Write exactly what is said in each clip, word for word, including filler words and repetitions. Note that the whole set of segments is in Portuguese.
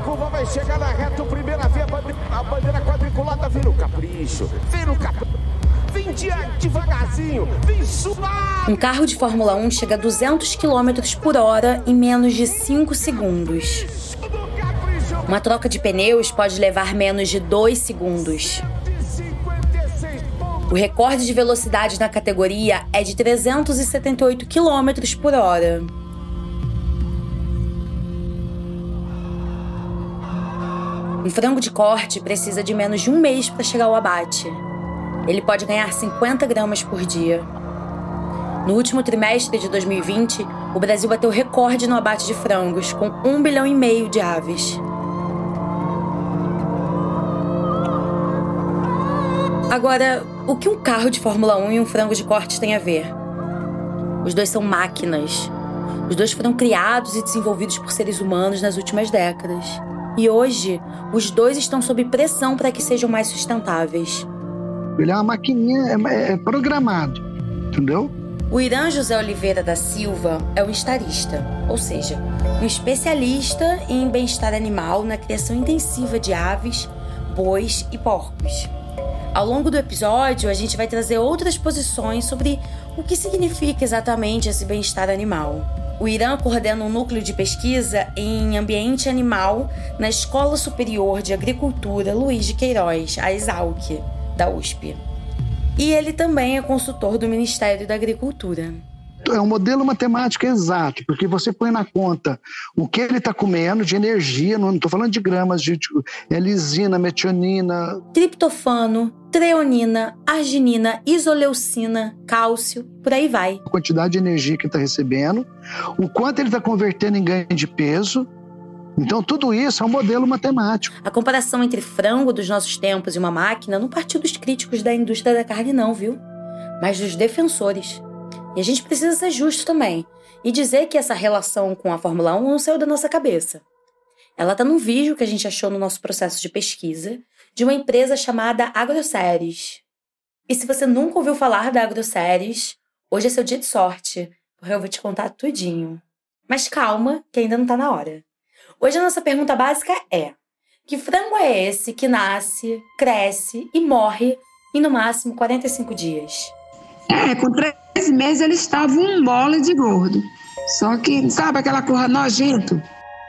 curva vai chegar na reta, o primeiro a ver a bandeira, a bandeira quadriculada, vem no capricho, vem no capricho. Vem devagarzinho, vem suave. Um carro de Fórmula um chega a duzentos quilômetros por hora em menos de cinco segundos. Uma troca de pneus pode levar menos de dois segundos. O recorde de velocidade na categoria é de trezentos e setenta e oito quilômetros por hora. Um frango de corte precisa de menos de um mês para chegar ao abate. Ele pode ganhar cinquenta gramas por dia. No último trimestre de dois mil e vinte, o Brasil bateu recorde no abate de frangos, com um bilhão e meio de aves. Agora, o que um carro de Fórmula um e um frango de corte têm a ver? Os dois são máquinas. Os dois foram criados e desenvolvidos por seres humanos nas últimas décadas. E hoje, os dois estão sob pressão para que sejam mais sustentáveis. Ele é uma maquininha, é, é programado, entendeu? O Irã José Oliveira da Silva é um estarista, ou seja, um especialista em bem-estar animal na criação intensiva de aves, bois e porcos. Ao longo do episódio, a gente vai trazer outras posições sobre o que significa exatamente esse bem-estar animal. O Irã coordena um núcleo de pesquisa em ambiente animal na Escola Superior de Agricultura Luiz de Queiroz, a ESALC, da U S P. E ele também é consultor do Ministério da Agricultura. É um modelo matemático exato, porque você põe na conta o que ele está comendo de energia, não estou falando de gramas, de, de é lisina, metionina... Triptofano, treonina, arginina, isoleucina, cálcio, por aí vai. A quantidade de energia que ele está recebendo, o quanto ele está convertendo em ganho de peso. Então, tudo isso é um modelo matemático. A comparação entre frango dos nossos tempos e uma máquina não partiu dos críticos da indústria da carne não, viu? Mas dos defensores. E a gente precisa ser justo também e dizer que essa relação com a Fórmula um não saiu da nossa cabeça. Ela está num vídeo que a gente achou no nosso processo de pesquisa de uma empresa chamada AgroSéries. E se você nunca ouviu falar da AgroSéries, hoje é seu dia de sorte, porque eu vou te contar tudinho. Mas calma, que ainda não está na hora. Hoje a nossa pergunta básica é: que frango é esse que nasce, cresce e morre em no máximo quarenta e cinco dias? É, com três meses ele estava um mole de gordo. Só que, sabe aquela coisa nojento?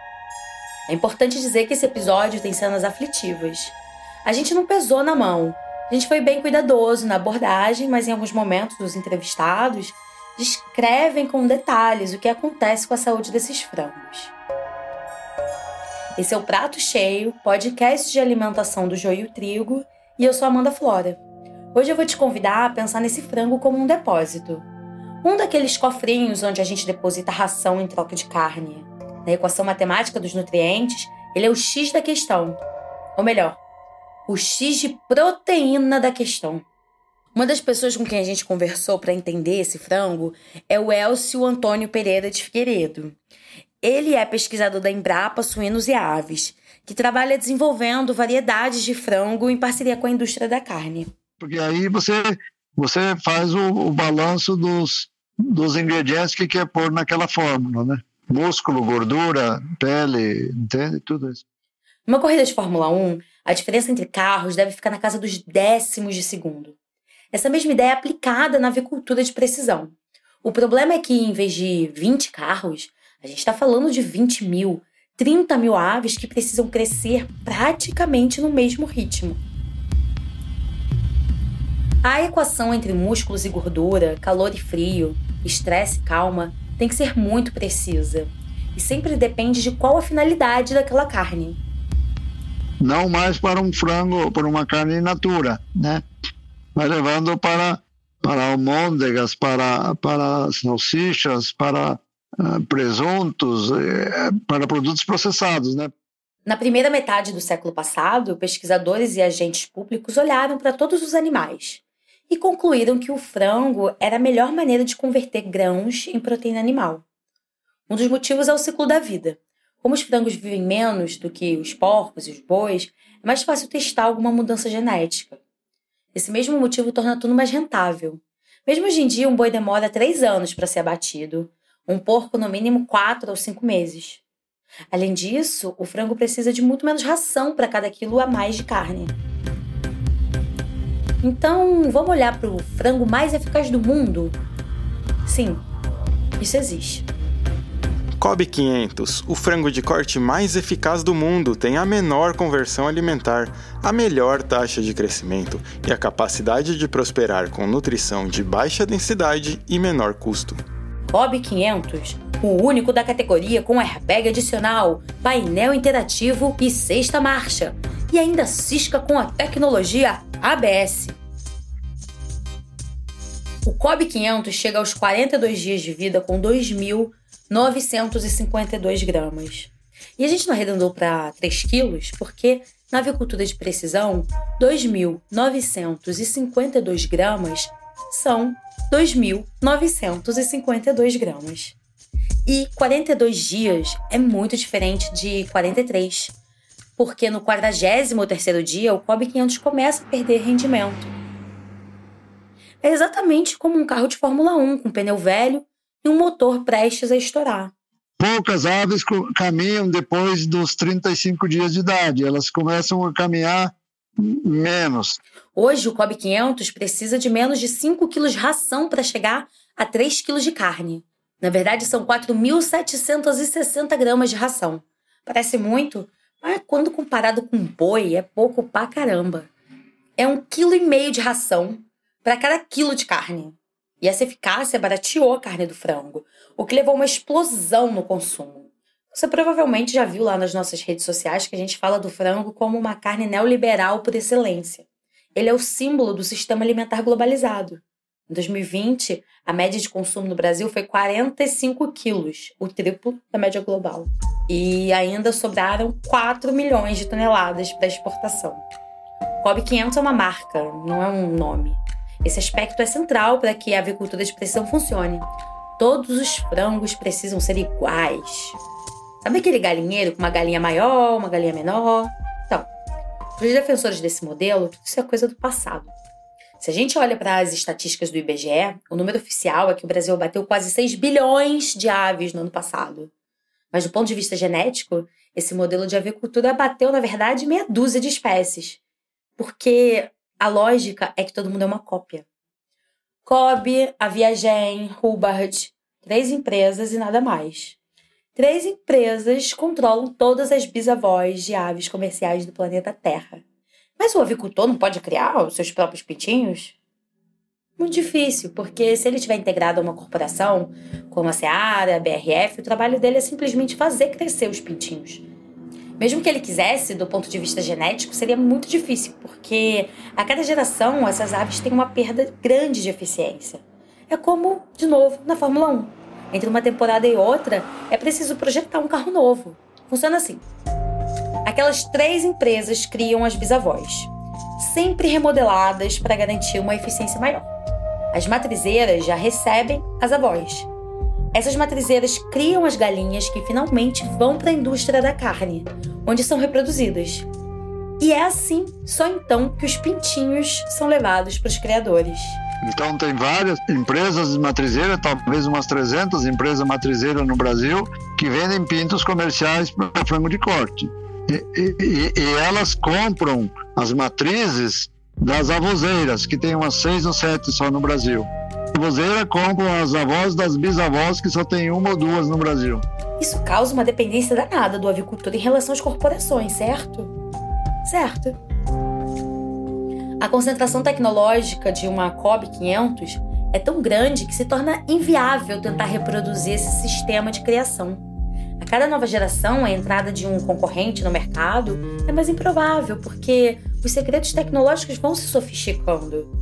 É importante dizer que esse episódio tem cenas aflitivas. A gente não pesou na mão. A gente foi bem cuidadoso na abordagem, mas em alguns momentos os entrevistados descrevem com detalhes o que acontece com a saúde desses frangos. Esse é o Prato Cheio, podcast de alimentação do Joio e o Trigo, e eu sou Amanda Flora. Hoje eu vou te convidar a pensar nesse frango como um depósito. Um daqueles cofrinhos onde a gente deposita ração em troca de carne. Na equação matemática dos nutrientes, ele é o X da questão. Ou melhor, o X de proteína da questão. Uma das pessoas com quem a gente conversou para entender esse frango é o Elcio Antônio Pereira de Figueiredo. Ele é pesquisador da Embrapa Suínos e Aves, que trabalha desenvolvendo variedades de frango em parceria com a indústria da carne. Porque aí você, você faz o, o balanço dos, dos ingredientes que quer pôr naquela fórmula, né? Músculo, gordura, pele, entende? Tudo isso. Numa corrida de Fórmula um, a diferença entre carros deve ficar na casa dos décimos de segundo. Essa mesma ideia é aplicada na avicultura de precisão. O problema é que, em vez de vinte carros, a gente está falando de vinte mil, trinta mil aves que precisam crescer praticamente no mesmo ritmo. A equação entre músculos e gordura, calor e frio, estresse e calma tem que ser muito precisa. E sempre depende de qual a finalidade daquela carne. Não mais para um frango, para uma carne in natura, né? Mas levando para, para almôndegas, para, para salsichas, para uh, presuntos, eh, para produtos processados, né? Na primeira metade do século passado, pesquisadores e agentes públicos olharam para todos os animais e concluíram que o frango era a melhor maneira de converter grãos em proteína animal. Um dos motivos é o ciclo da vida. Como os frangos vivem menos do que os porcos e os bois, é mais fácil testar alguma mudança genética. Esse mesmo motivo torna tudo mais rentável. Mesmo hoje em dia, um boi demora três anos para ser abatido, um porco no mínimo quatro ou cinco meses. Além disso, o frango precisa de muito menos ração para cada quilo a mais de carne. Então, vamos olhar para o frango mais eficaz do mundo? Sim, isso existe. Kobe quinhentos, o frango de corte mais eficaz do mundo, tem a menor conversão alimentar, a melhor taxa de crescimento e a capacidade de prosperar com nutrição de baixa densidade e menor custo. Kobe quinhentos, o único da categoria com airbag adicional, painel interativo e sexta marcha, e ainda cisca com a tecnologia A B S. O Kobe quinhentos chega aos quarenta e dois dias de vida com dois mil novecentos e cinquenta e dois gramas. E a gente não arredondou para três quilos porque, na avicultura de precisão, dois mil novecentos e cinquenta e dois gramas são dois mil novecentos e cinquenta e dois gramas. E quarenta e dois dias é muito diferente de quarenta e três, porque no quadragésimo terceiro dia o Kobe quinhentos começa a perder rendimento. É exatamente como um carro de Fórmula um com pneu velho e um motor prestes a estourar. Poucas aves caminham depois dos trinta e cinco dias de idade. Elas começam a caminhar menos. Hoje, o Kobe quinhentos precisa de menos de cinco quilos de ração para chegar a três quilos de carne. Na verdade, são quatro mil setecentos e sessenta gramas de ração. Parece muito, mas quando comparado com um boi, é pouco pra caramba. É um quilo e meio de ração para cada quilo de carne. E essa eficácia barateou a carne do frango, o que levou a uma explosão no consumo. Você provavelmente já viu lá nas nossas redes sociais que a gente fala do frango como uma carne neoliberal por excelência. Ele é o símbolo do sistema alimentar globalizado. Em dois mil e vinte, a média de consumo no Brasil foi quarenta e cinco quilos, o triplo da média global. E ainda sobraram quatro milhões de toneladas para exportação. Kobe quinhentos é uma marca, não é um nome. Esse aspecto é central para que a avicultura de precisão funcione. Todos os frangos precisam ser iguais. Sabe aquele galinheiro com uma galinha maior, uma galinha menor? Então, para os defensores desse modelo, tudo isso é coisa do passado. Se a gente olha para as estatísticas do I B G E, o número oficial é que o Brasil bateu quase seis bilhões de aves no ano passado. Mas do ponto de vista genético, esse modelo de avicultura bateu, na verdade, meia dúzia de espécies. Porque a lógica é que todo mundo é uma cópia. Kobe, Aviagen, Hubbard, três empresas e nada mais. Três empresas controlam todas as bisavós de aves comerciais do planeta Terra. Mas o avicultor não pode criar os seus próprios pintinhos? Muito difícil, porque se ele estiver integrado a uma corporação, como a Seara, a B R F, o trabalho dele é simplesmente fazer crescer os pintinhos. Mesmo que ele quisesse, do ponto de vista genético, seria muito difícil, porque a cada geração essas aves têm uma perda grande de eficiência. É como, de novo, na Fórmula um. Entre uma temporada e outra, é preciso projetar um carro novo. Funciona assim. Aquelas três empresas criam as bisavós, sempre remodeladas para garantir uma eficiência maior. As matrizeiras já recebem as avós. Essas matrizeiras criam as galinhas que finalmente vão para a indústria da carne, onde são reproduzidas. E é assim, só então, que os pintinhos são levados para os criadores. Então tem várias empresas matrizeiras, talvez umas trezentas empresas matrizeiras no Brasil, que vendem pintos comerciais para frango de corte. E, e, e elas compram as matrizes das avozeiras, que tem umas seis ou sete só no Brasil. A avozeira compram as avós das bisavós, que só tem uma ou duas no Brasil. Isso causa uma dependência danada do avicultor em relação às corporações, certo? Certo. A concentração tecnológica de uma Kobe quinhentos é tão grande que se torna inviável tentar reproduzir esse sistema de criação. A cada nova geração, a entrada de um concorrente no mercado é mais improvável, porque os segredos tecnológicos vão se sofisticando.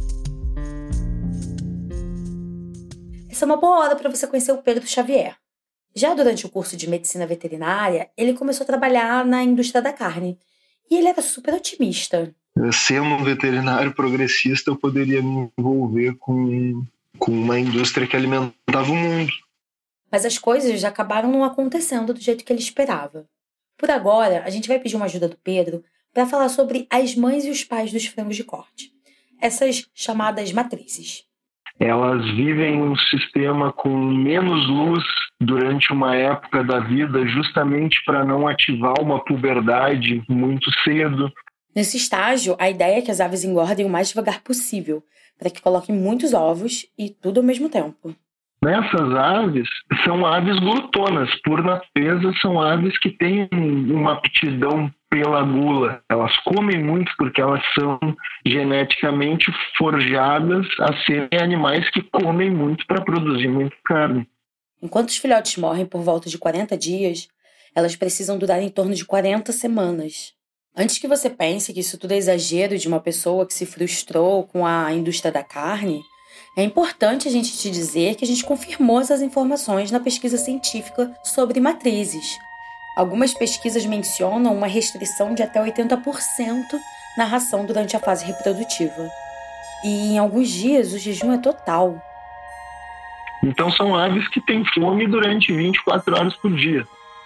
Essa é uma boa hora para você conhecer o Pedro Xavier. Já durante o curso de medicina veterinária, ele começou a trabalhar na indústria da carne. E ele era super otimista. Sendo um veterinário progressista, eu poderia me envolver com, com uma indústria que alimentava o mundo. Mas as coisas já acabaram não acontecendo do jeito que ele esperava. Por agora, a gente vai pedir uma ajuda do Pedro para falar sobre as mães e os pais dos frangos de corte. Essas chamadas matrizes. elas vivem um sistema com menos luz durante uma época da vida, justamente para não ativar uma puberdade muito cedo. Nesse estágio, a ideia é que as aves engordem o mais devagar possível, para que coloquem muitos ovos e tudo ao mesmo tempo. Nessas aves, são aves glutonas. Por natureza, são aves que têm uma aptidão pela gula. Elas comem muito porque elas são geneticamente forjadas a serem animais que comem muito para produzir muita carne. Enquanto os filhotes morrem por volta de quarenta dias, elas precisam durar em torno de quarenta semanas. Antes que você pense que isso tudo é exagero de uma pessoa que se frustrou com a indústria da carne, é importante a gente te dizer que a gente confirmou essas informações na pesquisa científica sobre matrizes. Algumas pesquisas mencionam uma restrição de até oitenta por cento na ração durante a fase reprodutiva. E em alguns dias o jejum é total. Então são aves que têm fome durante vinte e quatro horas por dia.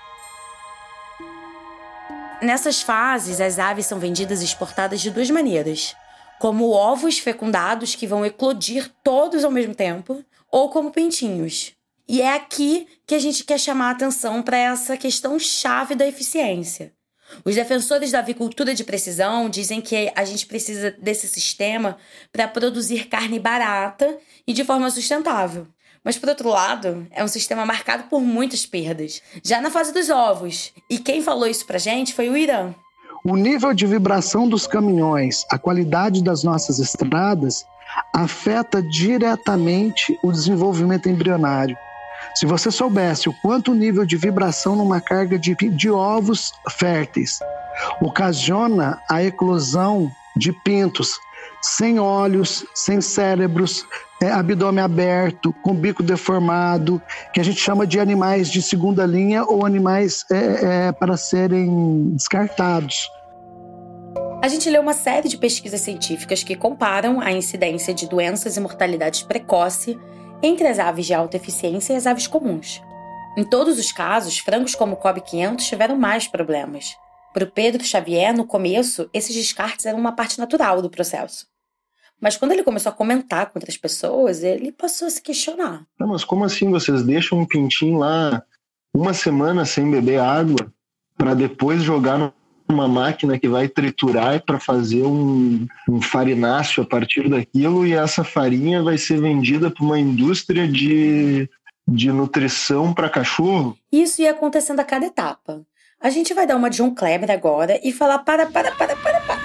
Nessas fases, as aves são vendidas e exportadas de duas maneiras. Como ovos fecundados que vão eclodir todos ao mesmo tempo, ou como pintinhos. E é aqui que a gente quer chamar a atenção para essa questão chave da eficiência. Os defensores da avicultura de precisão dizem que a gente precisa desse sistema para produzir carne barata e de forma sustentável. Mas, por outro lado, é um sistema marcado por muitas perdas, já na fase dos ovos. E quem falou isso pra gente foi o Irã. O nível de vibração dos caminhões, a qualidade das nossas estradas, afeta diretamente o desenvolvimento embrionário. Se você soubesse o quanto o nível de vibração numa carga de, de ovos férteis ocasiona a eclosão de pintos sem olhos, sem cérebros, é, abdômen aberto, com bico deformado, que a gente chama de animais de segunda linha ou animais é, é, para serem descartados. A gente leu uma série de pesquisas científicas que comparam a incidência de doenças e mortalidade precoce entre as aves de alta eficiência e as aves comuns. Em todos os casos, frangos como o Kobe quinhentos tiveram mais problemas. Para o Pedro Xavier, no começo, esses descartes eram uma parte natural do processo. Mas quando ele começou a comentar com outras pessoas, ele passou a se questionar. Não, mas como assim vocês deixam um pintinho lá uma semana sem beber água para depois jogar numa máquina que vai triturar para fazer um, um farináceo a partir daquilo, e essa farinha vai ser vendida para uma indústria de, de nutrição para cachorro? Isso ia acontecendo a cada etapa. A gente vai dar uma de João Kleber agora e falar para, para, para, para, para.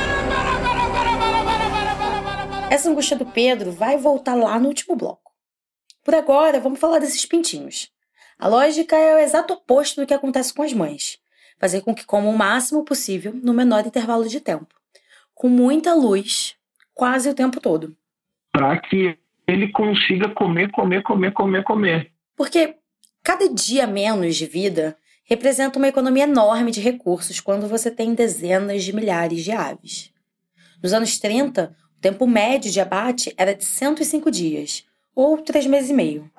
Essa angústia do Pedro vai voltar lá no último bloco. Por agora, vamos falar desses pintinhos. A lógica é o exato oposto do que acontece com as mães. Fazer com que comam o máximo possível no menor intervalo de tempo. Com muita luz, quase o tempo todo. Para que ele consiga comer, comer, comer, comer, comer. Porque cada dia menos de vida representa uma economia enorme de recursos quando você tem dezenas de milhares de aves. Nos anos trinta, o tempo médio de abate era de cento e cinco dias, ou três meses e meio.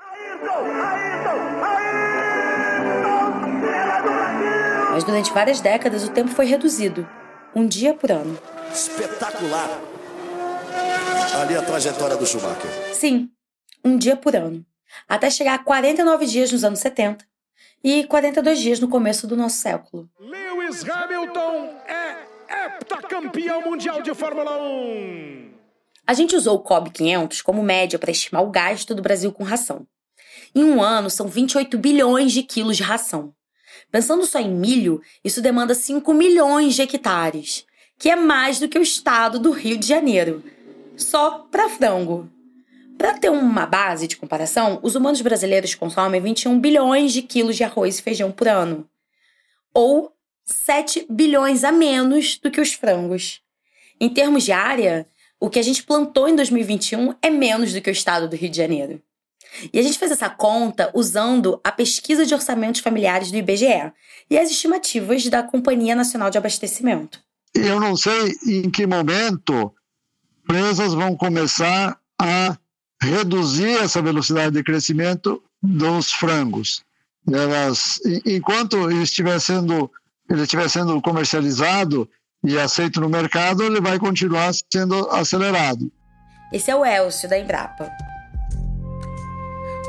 Mas durante várias décadas o tempo foi reduzido, um dia por ano. Espetacular! Ali a trajetória do Schumacher. Sim, um dia por ano. Até chegar a quarenta e nove dias nos anos setenta e quarenta e dois dias no começo do nosso século. Lewis Hamilton é heptacampeão mundial de Fórmula um. A gente usou o Kobe quinhentos como média para estimar o gasto do Brasil com ração. Em um ano, são vinte e oito bilhões de quilos de ração. Pensando só em milho, isso demanda cinco milhões de hectares, que é mais do que o estado do Rio de Janeiro, só para frango. Para ter uma base de comparação, os humanos brasileiros consomem vinte e um bilhões de quilos de arroz e feijão por ano, ou sete bilhões a menos do que os frangos. Em termos de área, o que a gente plantou em dois mil e vinte e um é menos do que o estado do Rio de Janeiro. E a gente fez essa conta usando a pesquisa de orçamentos familiares do I B G E e as estimativas da Companhia Nacional de Abastecimento. Eu não sei em que momento empresas vão começar a reduzir essa velocidade de crescimento dos frangos. Elas, enquanto ele estiver sendo, ele estiver sendo comercializado e aceito no mercado, ele vai continuar sendo acelerado. Esse é o Elcio, da Embrapa.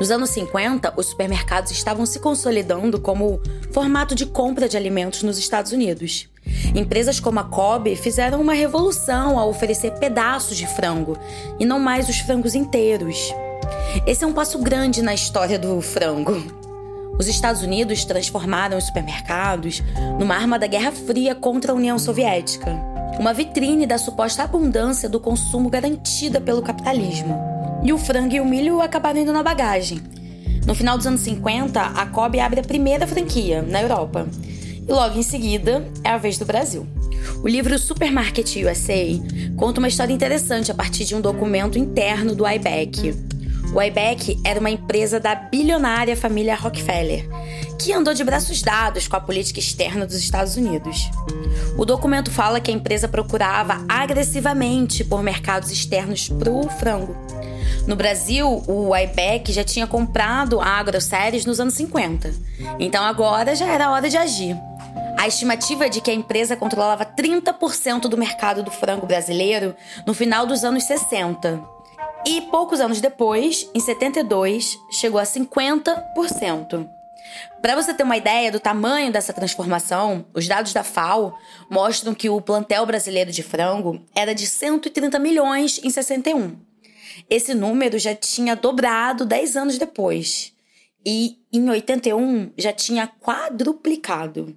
Nos anos cinquenta, os supermercados estavam se consolidando como formato de compra de alimentos nos Estados Unidos. Empresas como a Kobe fizeram uma revolução ao oferecer pedaços de frango e não mais os frangos inteiros. Esse é um passo grande na história do frango. Os Estados Unidos transformaram os supermercados numa arma da Guerra Fria contra a União Soviética, uma vitrine da suposta abundância do consumo garantida pelo capitalismo. E o frango e o milho acabaram indo na bagagem. No final dos anos cinquenta, a Kobe abre a primeira franquia na Europa. E logo em seguida, é a vez do Brasil. O livro Supermarket U S A conta uma história interessante a partir de um documento interno do I B E C. O I B E C era uma empresa da bilionária família Rockefeller, que andou de braços dados com a política externa dos Estados Unidos. O documento fala que a empresa procurava agressivamente por mercados externos para o frango. No Brasil, o I B E C já tinha comprado a AgroSéries nos anos cinquenta, então agora já era hora de agir. A estimativa é de que a empresa controlava trinta por cento do mercado do frango brasileiro no final dos anos sessenta. E poucos anos depois, em setenta e dois, chegou a cinquenta por cento. Para você ter uma ideia do tamanho dessa transformação, os dados da F A O mostram que o plantel brasileiro de frango era de cento e trinta milhões em sessenta e um. Esse número já tinha dobrado dez anos depois. E, em oitenta e um, já tinha quadruplicado.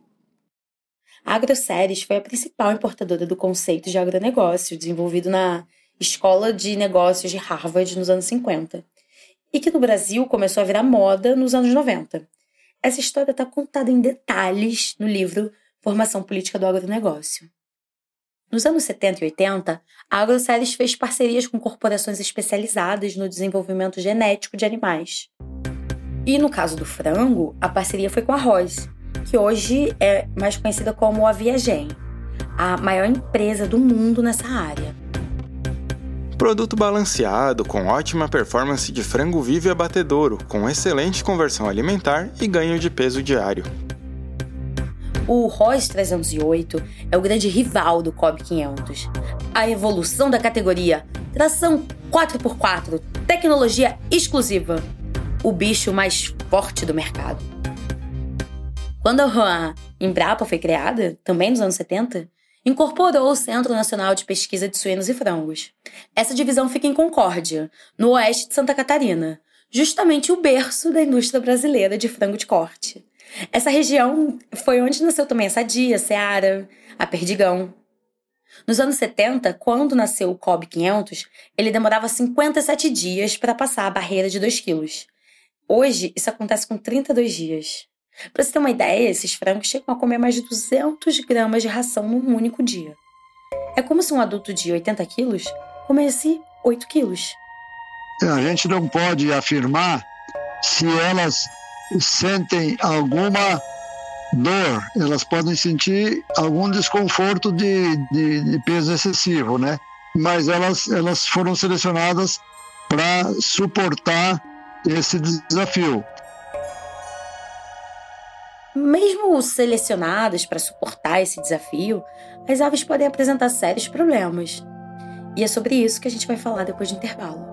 A AgroSéries foi a principal importadora do conceito de agronegócio, desenvolvido na Escola de Negócios de Harvard nos anos cinquenta, e que no Brasil começou a virar moda nos anos noventa. Essa história está contada em detalhes no livro Formação Política do Agronegócio. Nos anos setenta e oitenta, a AgroSéries fez parcerias com corporações especializadas no desenvolvimento genético de animais. E no caso do frango, a parceria foi com a Royce, que hoje é mais conhecida como a Viagem, a maior empresa do mundo nessa área. Produto balanceado, com ótima performance de frango vivo e abatedouro, com excelente conversão alimentar e ganho de peso diário. O Royce trezentos e oito é o grande rival do Kobe quinhentos. A evolução da categoria, tração quatro por quatro, tecnologia exclusiva. O bicho mais forte do mercado. Quando a Embrapa foi criada, também nos anos setenta, incorporou o Centro Nacional de Pesquisa de Suínos e Frangos. Essa divisão fica em Concórdia, no oeste de Santa Catarina, justamente o berço da indústria brasileira de frango de corte. Essa região foi onde nasceu também a Sadia, a Seara, a Perdigão. Nos anos setenta, quando nasceu o Kobe quinhentos, ele demorava cinquenta e sete dias para passar a barreira de dois quilos. Hoje, isso acontece com trinta e dois dias. Para você ter uma ideia, esses frangos chegam a comer mais de duzentas gramas de ração num único dia. É como se um adulto de oitenta quilos comesse oito quilos. A gente não pode afirmar se elas sentem alguma dor, elas podem sentir algum desconforto de, de, de peso excessivo, né? Mas elas, elas foram selecionadas para suportar esse desafio. Mesmo selecionadas para suportar esse desafio, as aves podem apresentar sérios problemas. E é sobre isso que a gente vai falar depois do intervalo.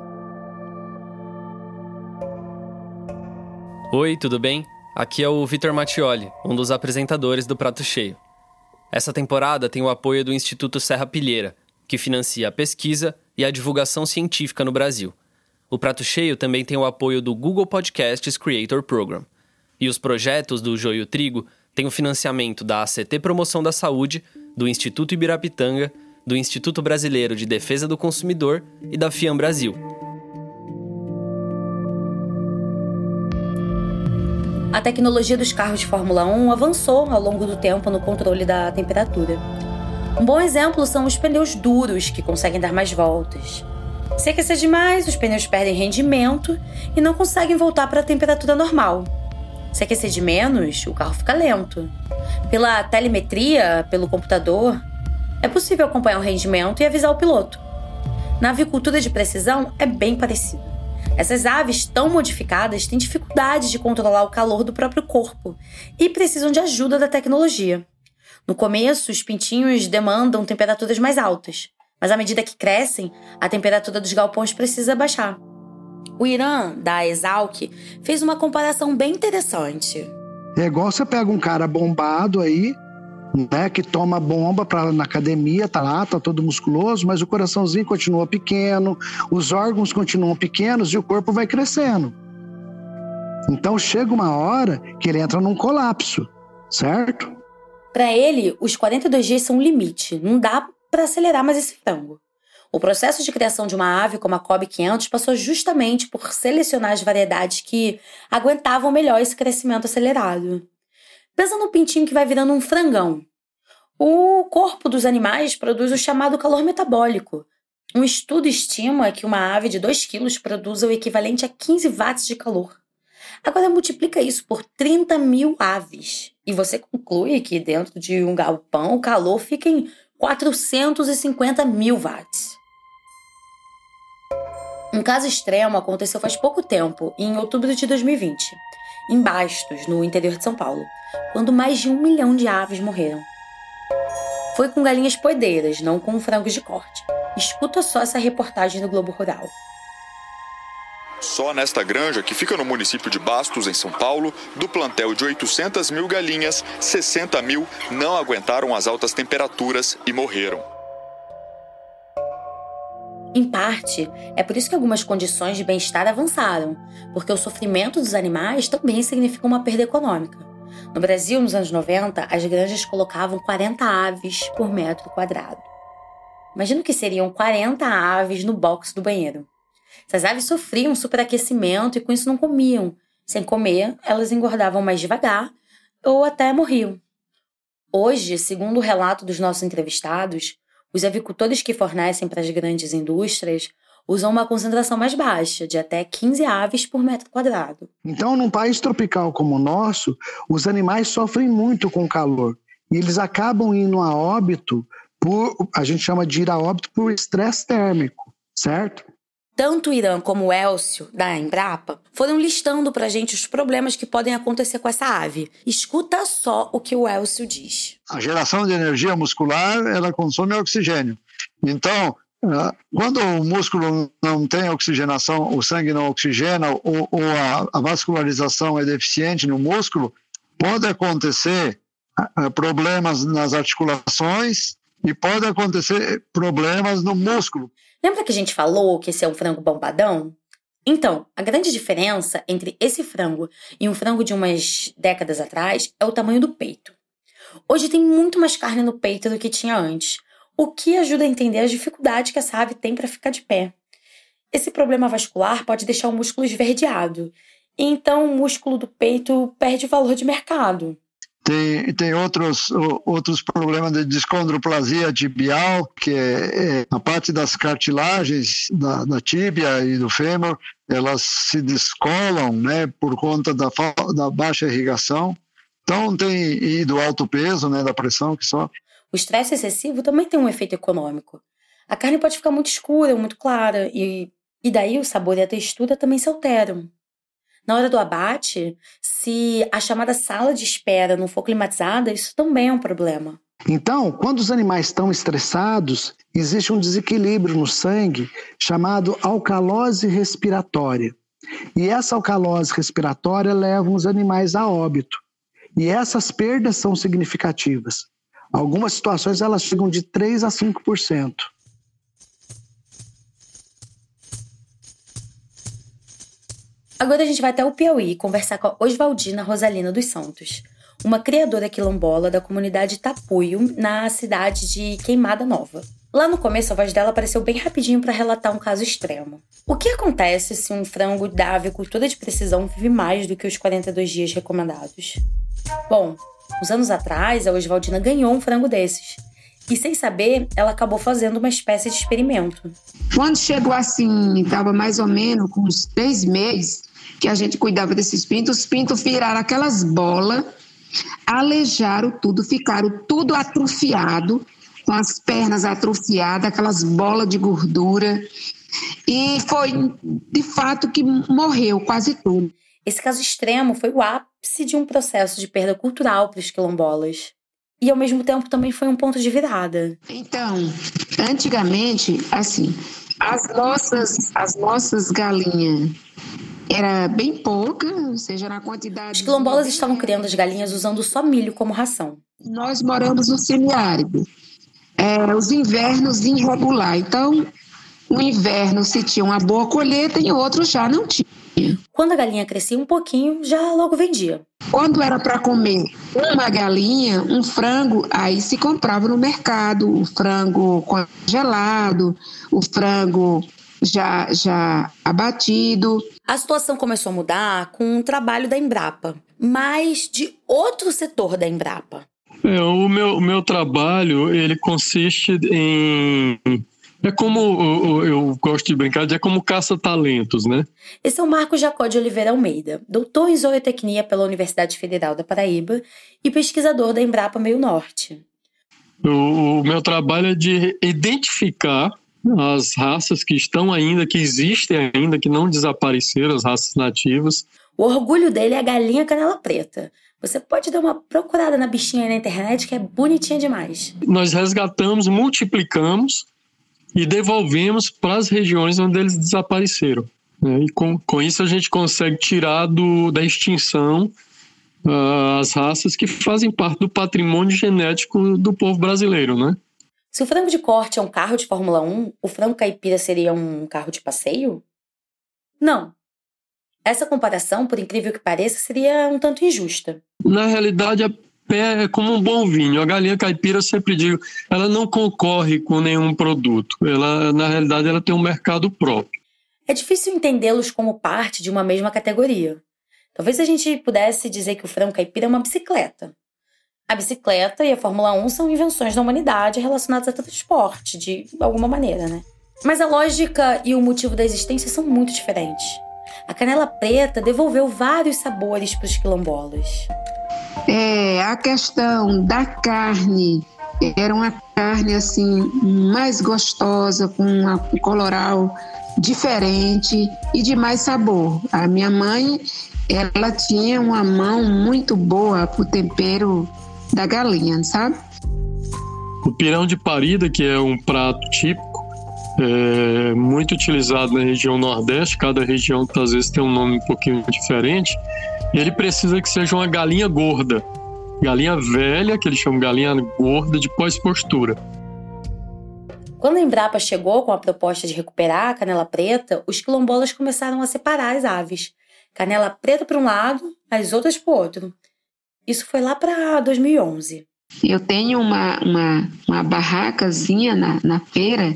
Oi, tudo bem? Aqui é o Vitor Mattioli, um dos apresentadores do Prato Cheio. Essa temporada tem o apoio do Instituto Serra Pilheira, que financia a pesquisa e a divulgação científica no Brasil. O Prato Cheio também tem o apoio do Google Podcasts Creator Program. E os projetos do Joio Trigo têm o financiamento da A C T Promoção da Saúde, do Instituto Ibirapitanga, do Instituto Brasileiro de Defesa do Consumidor e da FIAM Brasil. A tecnologia dos carros de Fórmula um avançou ao longo do tempo no controle da temperatura. Um bom exemplo são os pneus duros, que conseguem dar mais voltas. Se aquecer demais, os pneus perdem rendimento e não conseguem voltar para a temperatura normal. Se aquecer de menos, o carro fica lento. Pela telemetria, pelo computador, é possível acompanhar o rendimento e avisar o piloto. Na avicultura de precisão, é bem parecido. Essas aves tão modificadas têm dificuldade de controlar o calor do próprio corpo e precisam de ajuda da tecnologia. No começo, os pintinhos demandam temperaturas mais altas, mas à medida que crescem, a temperatura dos galpões precisa baixar. O Irã, da Exalc, fez uma comparação bem interessante. É igual você pega um cara bombado aí, né, que toma bomba pra, na academia, tá lá, tá todo musculoso, mas o coraçãozinho continua pequeno, os órgãos continuam pequenos e o corpo vai crescendo. Então chega uma hora que ele entra num colapso, certo? Para ele, os quarenta e dois dias são um limite, não dá para acelerar mais esse frango. O processo de criação de uma ave como a Kobe quinhentos passou justamente por selecionar as variedades que aguentavam melhor esse crescimento acelerado. Pensa no pintinho que vai virando um frangão. O corpo dos animais produz o chamado calor metabólico. Um estudo estima que uma ave de dois quilos produza o equivalente a quinze watts de calor. Agora multiplica isso por trinta mil aves e você conclui que dentro de um galpão o calor fica em quatrocentos e cinquenta mil watts. Um caso extremo aconteceu faz pouco tempo, em outubro de dois mil e vinte, em Bastos, no interior de São Paulo, quando mais de um milhão de aves morreram. Foi com galinhas poedeiras, não com frangos de corte. Escuta só essa reportagem do Globo Rural. Só nesta granja, que fica no município de Bastos, em São Paulo, do plantel de oitocentas mil galinhas, sessenta mil não aguentaram as altas temperaturas e morreram. Em parte, é por isso que algumas condições de bem-estar avançaram, porque o sofrimento dos animais também significa uma perda econômica. No Brasil, nos anos noventa, as granjas colocavam quarenta aves por metro quadrado. Imagina o que seriam quarenta aves no box do banheiro. Essas aves sofriam superaquecimento e com isso não comiam. Sem comer, elas engordavam mais devagar ou até morriam. Hoje, segundo o relato dos nossos entrevistados, os avicultores que fornecem para as grandes indústrias usam uma concentração mais baixa, de até quinze aves por metro quadrado. Então, num país tropical como o nosso, os animais sofrem muito com o calor. E eles acabam indo a óbito por, a gente chama de ir a óbito por estresse térmico, certo? Tanto o Irã como o Elcio, da Embrapa, foram listando pra gente os problemas que podem acontecer com essa ave. Escuta só o que o Elcio diz. A geração de energia muscular, ela consome oxigênio. Então, quando o músculo não tem oxigenação, o sangue não oxigena, ou, ou a, a vascularização é deficiente no músculo, pode acontecer problemas nas articulações e pode acontecer problemas no músculo. Lembra que a gente falou que esse é um frango bombadão? Então, a grande diferença entre esse frango e um frango de umas décadas atrás é o tamanho do peito. Hoje tem muito mais carne no peito do que tinha antes, o que ajuda a entender as dificuldades que essa ave tem para ficar de pé. Esse problema vascular pode deixar o músculo esverdeado, e então o músculo do peito perde valor de mercado. Tem, tem outros, outros problemas de descondroplasia tibial, que é, é a parte das cartilagens da, da tíbia e do fêmur, elas se descolam, né, por conta da, da baixa irrigação. Então tem e do alto peso, né, da pressão que sofre. O estresse excessivo também tem um efeito econômico. A carne pode ficar muito escura ou muito clara, e, e daí o sabor e a textura também se alteram. Na hora do abate, se a chamada sala de espera não for climatizada, isso também é um problema. Então, quando os animais estão estressados, existe um desequilíbrio no sangue chamado alcalose respiratória. E essa alcalose respiratória leva os animais a óbito. E essas perdas são significativas. Algumas situações elas chegam de três a cinco por cento. Agora a gente vai até o Piauí conversar com a Oswaldina Rosalina dos Santos, uma criadora quilombola da comunidade Tapuio, na cidade de Queimada Nova. Lá no começo, a voz dela apareceu bem rapidinho para relatar um caso extremo. O que acontece se um frango da avicultura de precisão vive mais do que os quarenta e dois dias recomendados? Bom, uns anos atrás, a Oswaldina ganhou um frango desses. E sem saber, ela acabou fazendo uma espécie de experimento. Quando chegou assim, estava mais ou menos com uns três meses, que a gente cuidava desses pintos, os pintos viraram aquelas bolas, alejaram tudo, ficaram tudo atrofiado, com as pernas atrofiadas, aquelas bolas de gordura. E foi, de fato, que morreu quase tudo. Esse caso extremo foi o ápice de um processo de perda cultural para os quilombolas. E, ao mesmo tempo, também foi um ponto de virada. Então, antigamente, assim, As nossas, as nossas galinhas era bem pouca, ou seja, na quantidade... Os quilombolas estavam criando as galinhas usando só milho como ração. Nós moramos no semiárido. É, os invernos irregular. Então, no inverno se tinha uma boa colheita e outro já não tinha. Quando a galinha crescia um pouquinho, já logo vendia. Quando era para comer uma galinha, um frango, aí se comprava no mercado, o frango congelado, o frango já, já abatido. A situação começou a mudar com um trabalho da Embrapa, mas de outro setor da Embrapa. É, o meu, o meu trabalho, ele consiste em... É como, eu, eu gosto de brincar, é como caça-talentos, né? Esse é o Marcos Jacó de Oliveira Almeida, doutor em zootecnia pela Universidade Federal da Paraíba e pesquisador da Embrapa Meio Norte. O, o meu trabalho é de identificar as raças que estão ainda, que existem ainda, que não desapareceram, as raças nativas. O orgulho dele é a galinha canela preta. Você pode dar uma procurada na bichinha aí na internet, que é bonitinha demais. Nós resgatamos, multiplicamos e devolvemos para as regiões onde eles desapareceram. Né? E com, com isso a gente consegue tirar do, da extinção uh, as raças que fazem parte do patrimônio genético do povo brasileiro, né? Se o frango de corte é um carro de Fórmula um, o frango caipira seria um carro de passeio? Não. Essa comparação, por incrível que pareça, seria um tanto injusta. Na realidade, é como um bom vinho. A galinha caipira, eu sempre digo, ela não concorre com nenhum produto. Ela, na realidade, ela tem um mercado próprio. É difícil entendê-los como parte de uma mesma categoria. Talvez a gente pudesse dizer que o frango caipira é uma bicicleta. A bicicleta e a Fórmula um são invenções da humanidade relacionadas a transporte, de alguma maneira, né? Mas a lógica e o motivo da existência são muito diferentes. A canela preta devolveu vários sabores para os quilombolas. É, a questão da carne, era uma carne assim mais gostosa, com um coloral diferente e de mais sabor. A minha mãe, ela tinha uma mão muito boa pro tempero da galinha, sabe? O pirão de parida, que é um prato típico, é muito utilizado na região Nordeste, cada região às vezes tem um nome um pouquinho diferente. Ele precisa que seja uma galinha gorda, galinha velha, que eles chamam de galinha gorda de pós-postura. Quando a Embrapa chegou com a proposta de recuperar a canela preta, os quilombolas começaram a separar as aves. Canela preta para um lado, as outras para o outro. Isso foi lá para dois mil e onze. Eu tenho uma, uma, uma barracazinha na, na feira,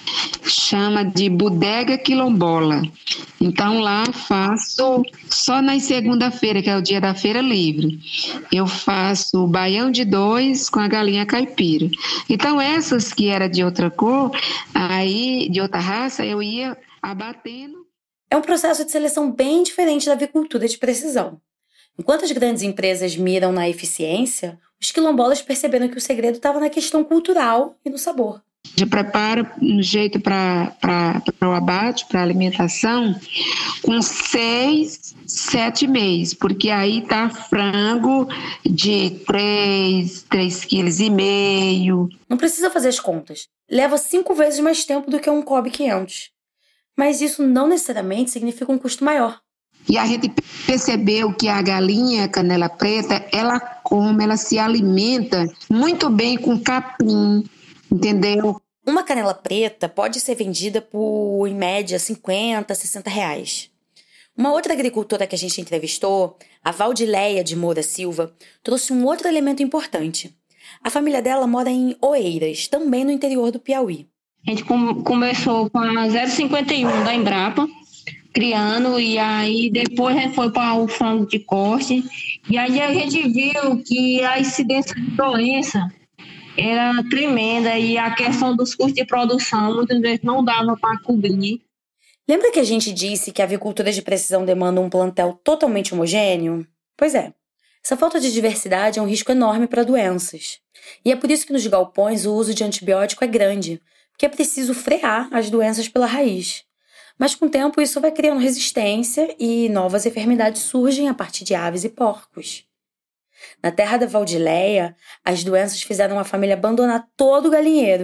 chama de Bodega Quilombola. Então lá faço, só na segunda-feira, que é o dia da feira livre, eu faço baião de dois com a galinha caipira. Então essas que era de outra cor, aí de outra raça, eu ia abatendo. É um processo de seleção bem diferente da avicultura de precisão. Enquanto as grandes empresas miram na eficiência, os quilombolas perceberam que o segredo estava na questão cultural e no sabor. Já prepara um jeito para o abate, para alimentação, com seis, sete meses, porque aí tá frango de três, três quilos e meio. Não precisa fazer as contas. Leva cinco vezes mais tempo do que um Kobe quinhentos. Mas isso não necessariamente significa um custo maior. E a gente percebeu que a galinha canela preta, ela come, ela se alimenta muito bem com capim, entendeu? Uma canela preta pode ser vendida por, em média, cinquenta, sessenta reais. Uma outra agricultora que a gente entrevistou, a Valdileia de Moura Silva, trouxe um outro elemento importante. A família dela mora em Oeiras, também no interior do Piauí. A gente com, começou com a zero cinquenta e um da Embrapa, criando, e aí depois a gente foi para o frango de corte, e aí a gente viu que a incidência de doença era tremenda e a questão dos custos de produção muitas vezes não dava para cobrir. Lembra que a gente disse que a avicultura de precisão demanda um plantel totalmente homogêneo? Pois é, essa falta de diversidade é um risco enorme para doenças. E é por isso que nos galpões o uso de antibiótico é grande, porque é preciso frear as doenças pela raiz. Mas com o tempo isso vai criando resistência e novas enfermidades surgem a partir de aves e porcos. Na terra da Valdileia, as doenças fizeram a família abandonar todo o galinheiro,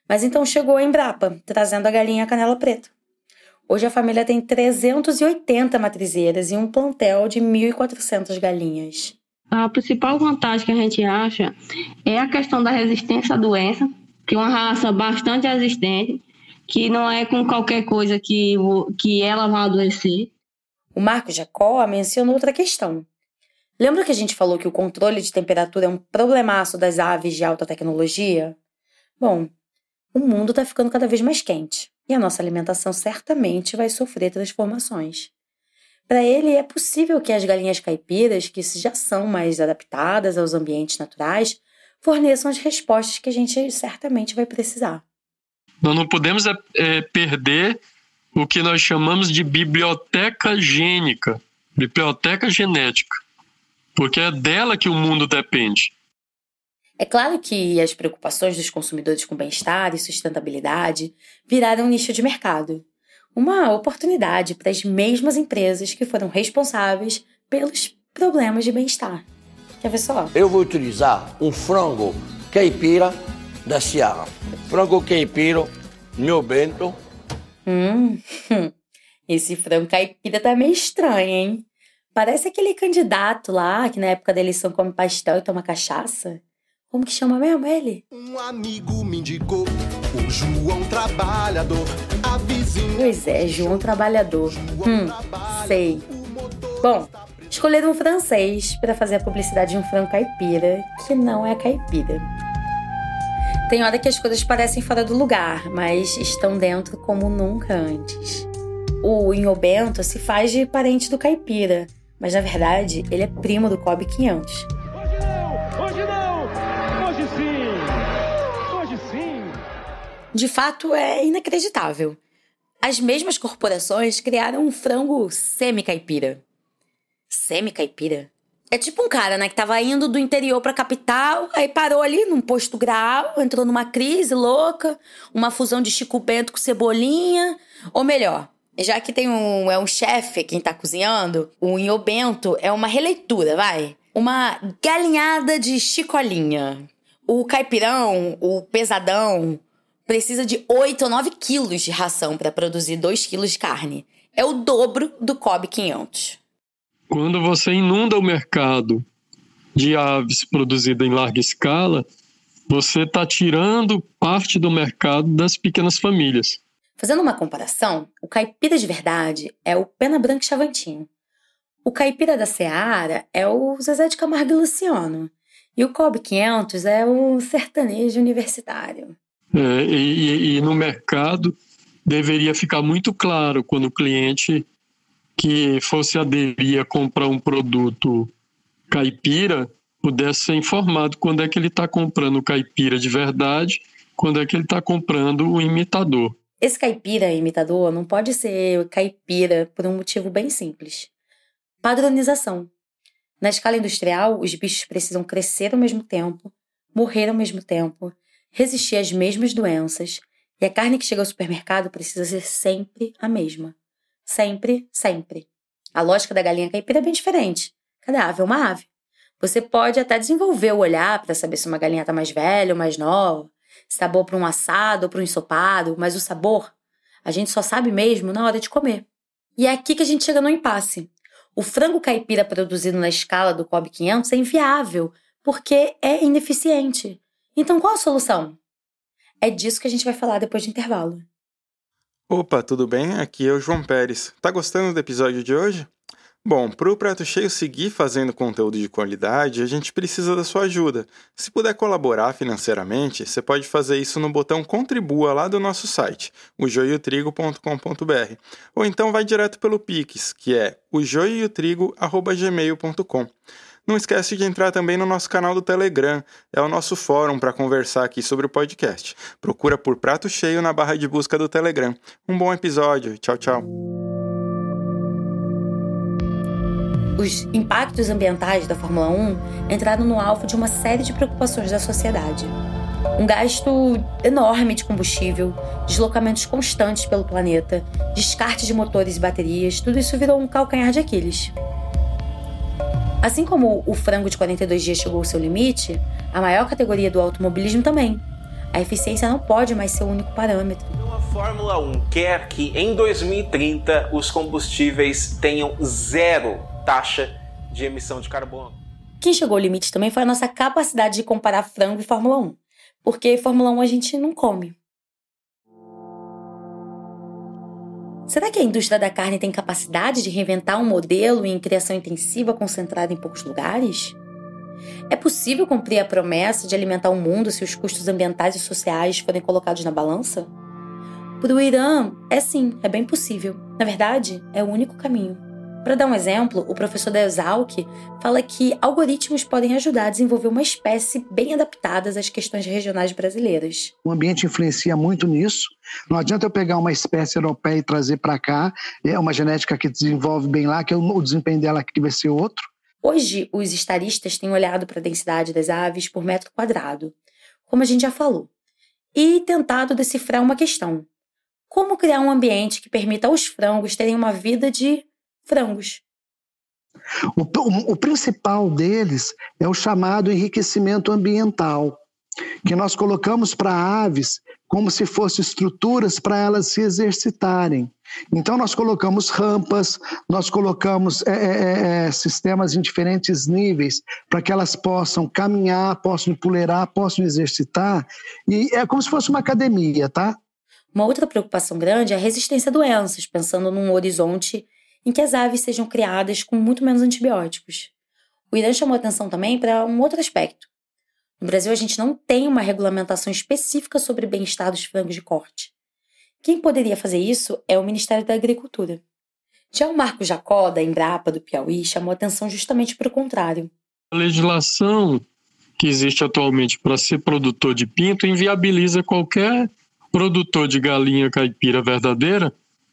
Mas então chegou a Embrapa, trazendo a galinha canela preta. Hoje a família tem trezentas e oitenta matrizeiras e um plantel de mil e quatrocentas galinhas. A principal vantagem que a gente acha é a questão da resistência à doença, que é uma raça bastante resistente, que não é com qualquer coisa que, que ela vai adoecer. O Marco Jacó mencionou outra questão. Lembra que a gente falou que o controle de temperatura é um problemaço das aves de alta tecnologia? Bom, o mundo está ficando cada vez mais quente e a nossa alimentação certamente vai sofrer transformações. Para ele, é possível que as galinhas caipiras, que já são mais adaptadas aos ambientes naturais, forneçam as respostas que a gente certamente vai precisar. Nós não podemos é, perder o que nós chamamos de biblioteca gênica, biblioteca genética, porque é dela que o mundo depende. É claro que as preocupações dos consumidores com bem-estar e sustentabilidade viraram um nicho de mercado. Uma oportunidade para as mesmas empresas que foram responsáveis pelos problemas de bem-estar. Quer ver só? Eu vou utilizar um frango caipira da Seara. Frango caipira, meu bento. Hum, esse frango caipira tá meio estranho, hein? Parece aquele candidato lá que na época da eleição come pastel e toma cachaça. Como que chama mesmo ele? Um amigo me indicou o João Trabalhador, a vizinha... Pois é, João Trabalhador. Hum, sei. Bom, escolheram um francês para fazer a publicidade de um frango caipira, que não é caipira. Tem hora que as coisas parecem fora do lugar, mas estão dentro como nunca antes. O inhobento se faz de parente do caipira, mas na verdade ele é primo do Kobe quinhentos. Hoje não! Hoje sim! Hoje sim! De fato, é inacreditável. As mesmas corporações criaram um frango semi-caipira. Semi-caipira? É tipo um cara, né, que tava indo do interior pra capital, aí parou ali num posto grau, entrou numa crise louca, uma fusão de Chico Bento com Cebolinha. Ou melhor, já que tem um, é um chefe quem tá cozinhando, o inhobento é uma releitura, vai. Uma galinhada de chicolinha. O caipirão, o pesadão, precisa de oito ou nove quilos de ração para produzir dois quilos de carne. É o dobro do Kobe quinhentos. Quando você inunda o mercado de aves produzidas em larga escala, você está tirando parte do mercado das pequenas famílias. Fazendo uma comparação, o caipira de verdade é o Pena Branca e Chavantinho. O caipira da Seara é o Zezé de Camargo e Luciano. E o Kobe quinhentos é o sertanejo universitário. É, e, e no mercado deveria ficar muito claro quando o cliente que fosse aderir a comprar um produto caipira pudesse ser informado quando é que ele está comprando o caipira de verdade, quando é que ele está comprando o imitador. Esse caipira imitador não pode ser caipira por um motivo bem simples. Padronização. Na escala industrial, os bichos precisam crescer ao mesmo tempo, morrer ao mesmo tempo, resistir às mesmas doenças, e a carne que chega ao supermercado precisa ser sempre a mesma. Sempre, sempre. A lógica da galinha caipira é bem diferente. Cada ave é uma ave. Você pode até desenvolver o olhar para saber se uma galinha está mais velha ou mais nova, se está boa para um assado ou para um ensopado, mas o sabor a gente só sabe mesmo na hora de comer. E é aqui que a gente chega no impasse. O frango caipira produzido na escala do Kobe quinhentos é inviável, porque é ineficiente. Então qual a solução? É disso que a gente vai falar depois do intervalo. Opa, tudo bem? Aqui é o João Pérez. Tá gostando do episódio de hoje? Bom, para o Prato Cheio seguir fazendo conteúdo de qualidade, a gente precisa da sua ajuda. Se puder colaborar financeiramente, você pode fazer isso no botão Contribua lá do nosso site, o joio trigo ponto com ponto b r. Ou então vai direto pelo Pix, que é o joio trigo arroba gmail ponto com. Não esquece de entrar também no nosso canal do Telegram, é o nosso fórum para conversar aqui sobre o podcast. Procura por Prato Cheio na barra de busca do Telegram. Um bom episódio, tchau, tchau. Os impactos ambientais da Fórmula um entraram no alvo de uma série de preocupações da sociedade. Um gasto enorme de combustível, deslocamentos constantes pelo planeta, descarte de motores e baterias, tudo isso virou um calcanhar de Aquiles. Assim como o frango de quarenta e dois dias chegou ao seu limite, a maior categoria do automobilismo também. A eficiência não pode mais ser o único parâmetro. A Fórmula um quer que em dois mil e trinta os combustíveis tenham zero taxa de emissão de carbono. Quem chegou ao limite também foi a nossa capacidade de comparar frango e Fórmula um, porque Fórmula um a gente não come. Será que a indústria da carne tem capacidade de reinventar um modelo em criação intensiva concentrada em poucos lugares? É possível cumprir a promessa de alimentar o mundo se os custos ambientais e sociais forem colocados na balança? Para o Irã, é sim, é bem possível. Na verdade, é o único caminho. Para dar um exemplo, o professor da Exalc fala que algoritmos podem ajudar a desenvolver uma espécie bem adaptada às questões regionais brasileiras. O ambiente influencia muito nisso. Não adianta eu pegar uma espécie europeia e trazer para cá, é uma genética que desenvolve bem lá, que o desempenho dela aqui vai ser outro. Hoje, os estaristas têm olhado para a densidade das aves por metro quadrado, como a gente já falou, e tentado decifrar uma questão. Como criar um ambiente que permita aos frangos terem uma vida de frangos? O, o, o principal deles é o chamado enriquecimento ambiental, que nós colocamos para aves como se fossem estruturas para elas se exercitarem. Então nós colocamos rampas, nós colocamos é, é, é, sistemas em diferentes níveis para que elas possam caminhar, possam empoleirar, possam exercitar, e é como se fosse uma academia, tá? Uma outra preocupação grande é a resistência a doenças, pensando num horizonte em que as aves sejam criadas com muito menos antibióticos. O Irã chamou atenção também para um outro aspecto. No Brasil, a gente não tem uma regulamentação específica sobre bem-estar dos frangos de corte. Quem poderia fazer isso é o Ministério da Agricultura. Já o Marco Jacó, da Embrapa, do Piauí, chamou atenção justamente para o contrário. A legislação que existe atualmente para ser produtor de pinto inviabiliza qualquer produtor de galinha caipira verdadeira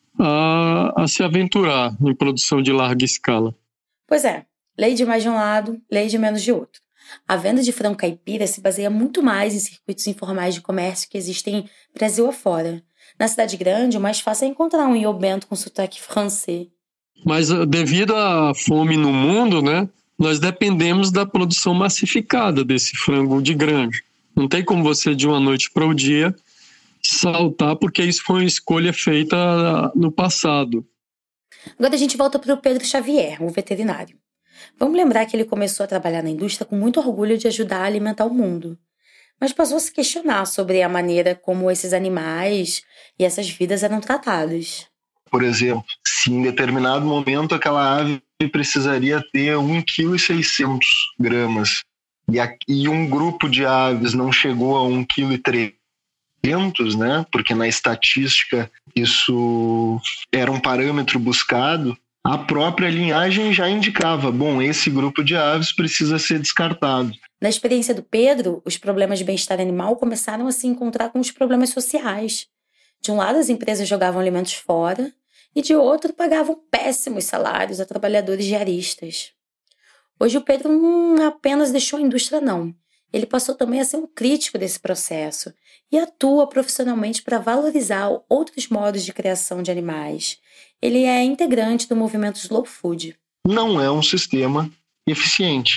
a, a se aventurar em produção de larga escala. Pois é, lei de mais de um lado, lei de menos de outro. A venda de frango caipira se baseia muito mais em circuitos informais de comércio que existem Brasil afora. Na cidade grande, o mais fácil é encontrar um iobento com sotaque francês. Mas devido à fome no mundo, né, nós dependemos da produção massificada desse frango de granja. Não tem como você, de uma noite para o dia, saltar, porque isso foi uma escolha feita no passado. Agora a gente volta para o Pedro Xavier, o veterinário. Vamos lembrar que ele começou a trabalhar na indústria com muito orgulho de ajudar a alimentar o mundo. Mas passou a se questionar sobre a maneira como esses animais e essas vidas eram tratadas. Por exemplo, se em determinado momento aquela ave precisaria ter um vírgula seiscentos gramas e, a, e um grupo de aves não chegou a um vírgula trezentos, né? Porque na estatística isso era um parâmetro buscado, a própria linhagem já indicava, bom, esse grupo de aves precisa ser descartado. Na experiência do Pedro, os problemas de bem-estar animal começaram a se encontrar com os problemas sociais. De um lado, as empresas jogavam alimentos fora e de outro, pagavam péssimos salários a trabalhadores diaristas. Hoje, o Pedro não apenas deixou a indústria, não. Ele passou também a ser um crítico desse processo e atua profissionalmente para valorizar outros modos de criação de animais. Ele é integrante do movimento Slow Food. Não é um sistema eficiente,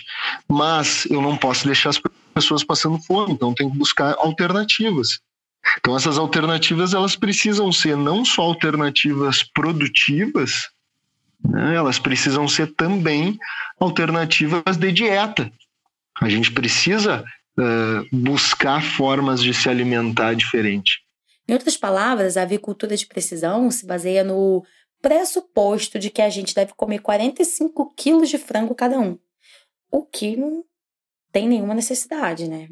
mas eu não posso deixar as pessoas passando fome, então tem que buscar alternativas. Então essas alternativas elas precisam ser não só alternativas produtivas, né, elas precisam ser também alternativas de dieta. A gente precisa uh, buscar formas de se alimentar diferente. Em outras palavras, a avicultura de precisão se baseia no pressuposto de que a gente deve comer quarenta e cinco quilos de frango cada um, o que não tem nenhuma necessidade, né?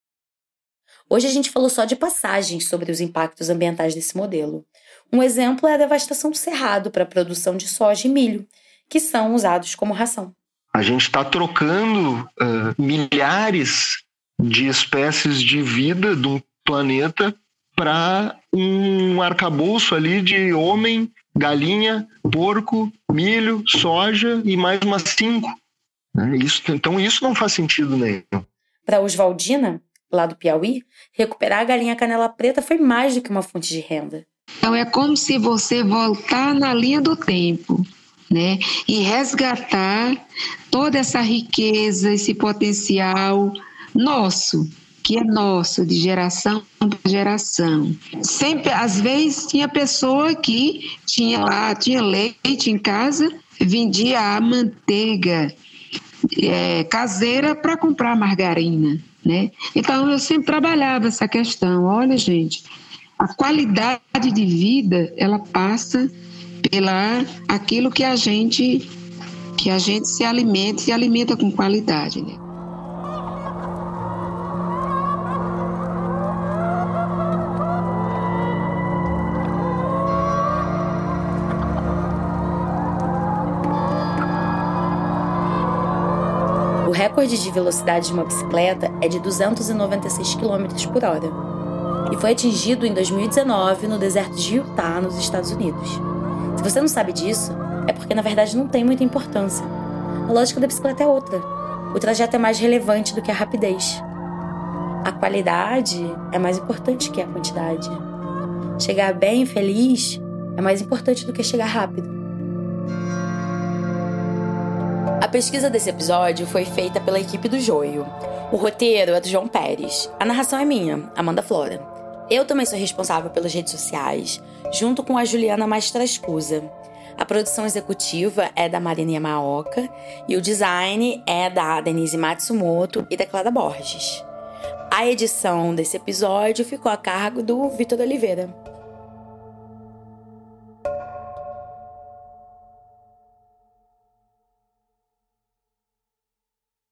Hoje a gente falou só de passagens sobre os impactos ambientais desse modelo. Um exemplo é a devastação do cerrado para a produção de soja e milho, que são usados como ração. A gente está trocando uh, milhares de espécies de vida de um planeta para um arcabouço ali de homem, galinha, porco, milho, soja e mais umas cinco. Isso, então isso não faz sentido nenhum. Para Oswaldina, lá do Piauí, recuperar a galinha canela preta foi mais do que uma fonte de renda. Então é como se você voltar na linha do tempo, né? E resgatar toda essa riqueza, esse potencial nosso, que é nosso, de geração para geração. Sempre, às vezes, tinha pessoa que tinha lá, tinha leite em casa, vendia a manteiga é, caseira para comprar margarina, né? Então, eu sempre trabalhava essa questão. Olha, gente, a qualidade de vida, ela passa pela aquilo que a gente, que a gente se alimenta, se alimenta com qualidade, né? O recorde de velocidade de uma bicicleta é de duzentos e noventa e seis quilômetros por hora e foi atingido em dois mil e dezenove no deserto de Utah, nos Estados Unidos. Se você não sabe disso, é porque na verdade não tem muita importância. A lógica da bicicleta é outra. O trajeto é mais relevante do que a rapidez. A qualidade é mais importante que a quantidade. Chegar bem, feliz, é mais importante do que chegar rápido. A pesquisa desse episódio foi feita pela equipe do Joio. O roteiro é do João Pérez. A narração é minha, Amanda Flora. Eu também sou responsável pelas redes sociais, junto com a Juliana Mastrascusa. A produção executiva é da Marina Yamaoka e o design é da Denise Matsumoto e da Clara Borges. A edição desse episódio ficou a cargo do Vitor Oliveira.